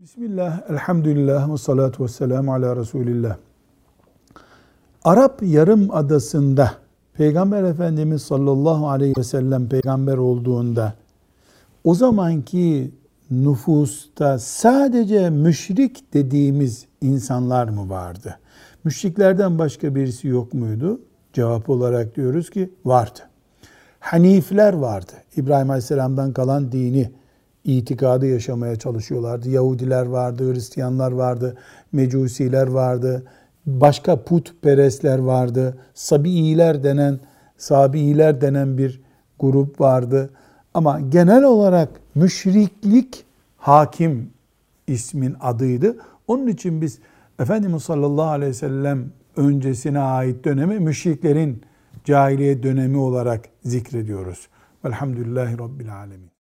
Bismillah, elhamdülillah, ve salatu ve selamu ala Resulillah. Arap Yarımadası'nda Peygamber Efendimiz sallallahu aleyhi ve sellem peygamber olduğunda o zamanki nüfusta sadece müşrik dediğimiz insanlar mı vardı? Müşriklerden başka birisi yok muydu? Cevap olarak diyoruz ki vardı. Hanifler vardı. İbrahim Aleyhisselam'dan kalan dini, itikadı yaşamaya çalışıyorlardı. Yahudiler vardı, Hristiyanlar vardı, Mecusiler vardı, başka putperestler vardı, Sabiiler denen bir grup vardı. Ama genel olarak müşriklik hakim ismin adıydı. Onun için biz Efendimiz sallallahu aleyhi ve sellem öncesine ait dönemi müşriklerin cahiliye dönemi olarak zikrediyoruz. Velhamdülillahi Rabbil alemin.